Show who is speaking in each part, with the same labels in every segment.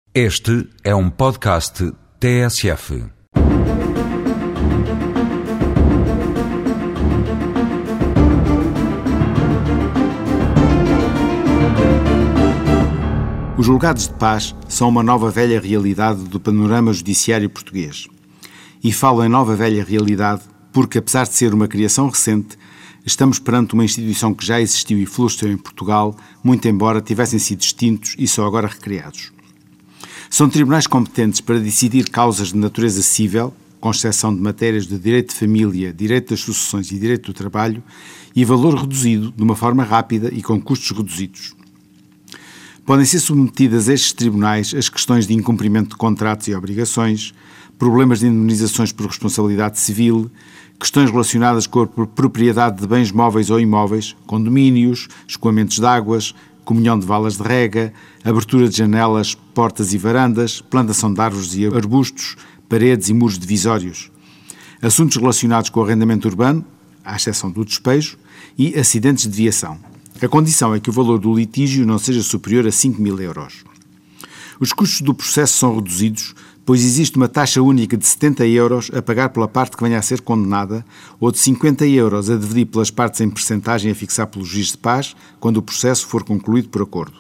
Speaker 1: Este é um podcast TSF.
Speaker 2: Os julgados de paz são uma nova velha realidade do panorama judiciário português. E falo em nova velha realidade porque, apesar de ser uma criação recente, estamos perante uma instituição que já existiu e floresceu em Portugal, muito embora tivessem sido extintos e só agora recriados. São tribunais competentes para decidir causas de natureza cível, com exceção de matérias de direito de família, direito das sucessões e direito do trabalho, e valor reduzido, de uma forma rápida e com custos reduzidos. Podem ser submetidas a estes tribunais as questões de incumprimento de contratos e obrigações, problemas de indemnizações por responsabilidade civil, questões relacionadas com a propriedade de bens móveis ou imóveis, condomínios, escoamentos de águas, comunhão de valas de rega, abertura de janelas, portas e varandas, plantação de árvores e arbustos, paredes e muros divisórios, assuntos relacionados com o arrendamento urbano, à exceção do despejo, e acidentes de viação. A condição é que o valor do litígio não seja superior a 5.000 euros. Os custos do processo são reduzidos, pois existe uma taxa única de 70 euros a pagar pela parte que venha a ser condenada ou de 50 euros a dividir pelas partes em percentagem a fixar pelo juiz de paz quando o processo for concluído por acordo.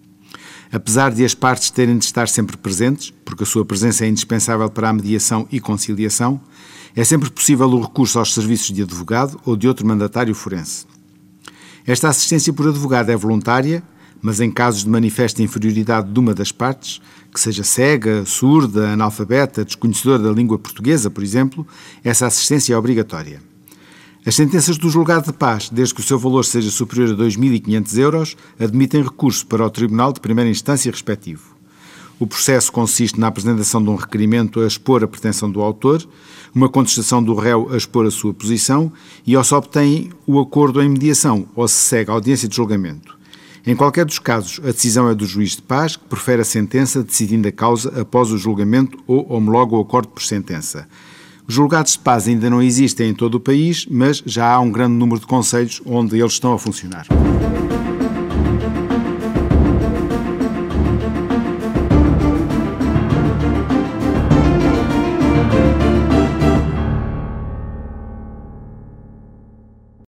Speaker 2: Apesar de as partes terem de estar sempre presentes, porque a sua presença é indispensável para a mediação e conciliação, é sempre possível o recurso aos serviços de advogado ou de outro mandatário forense. Esta assistência por advogado é voluntária, mas em casos de manifesta inferioridade de uma das partes, que seja cega, surda, analfabeta, desconhecedora da língua portuguesa, por exemplo, essa assistência é obrigatória. As sentenças do julgado de paz, desde que o seu valor seja superior a 2.500 euros, admitem recurso para o Tribunal de Primeira Instância respectivo. O processo consiste na apresentação de um requerimento a expor a pretensão do autor, uma contestação do réu a expor a sua posição e ou se obtém o acordo em mediação ou se segue a audiência de julgamento. Em qualquer dos casos, a decisão é do juiz de paz, que profere a sentença, decidindo a causa após o julgamento ou homologa o acordo por sentença. Os julgados de paz ainda não existem em todo o país, mas já há um grande número de concelhos onde eles estão a funcionar.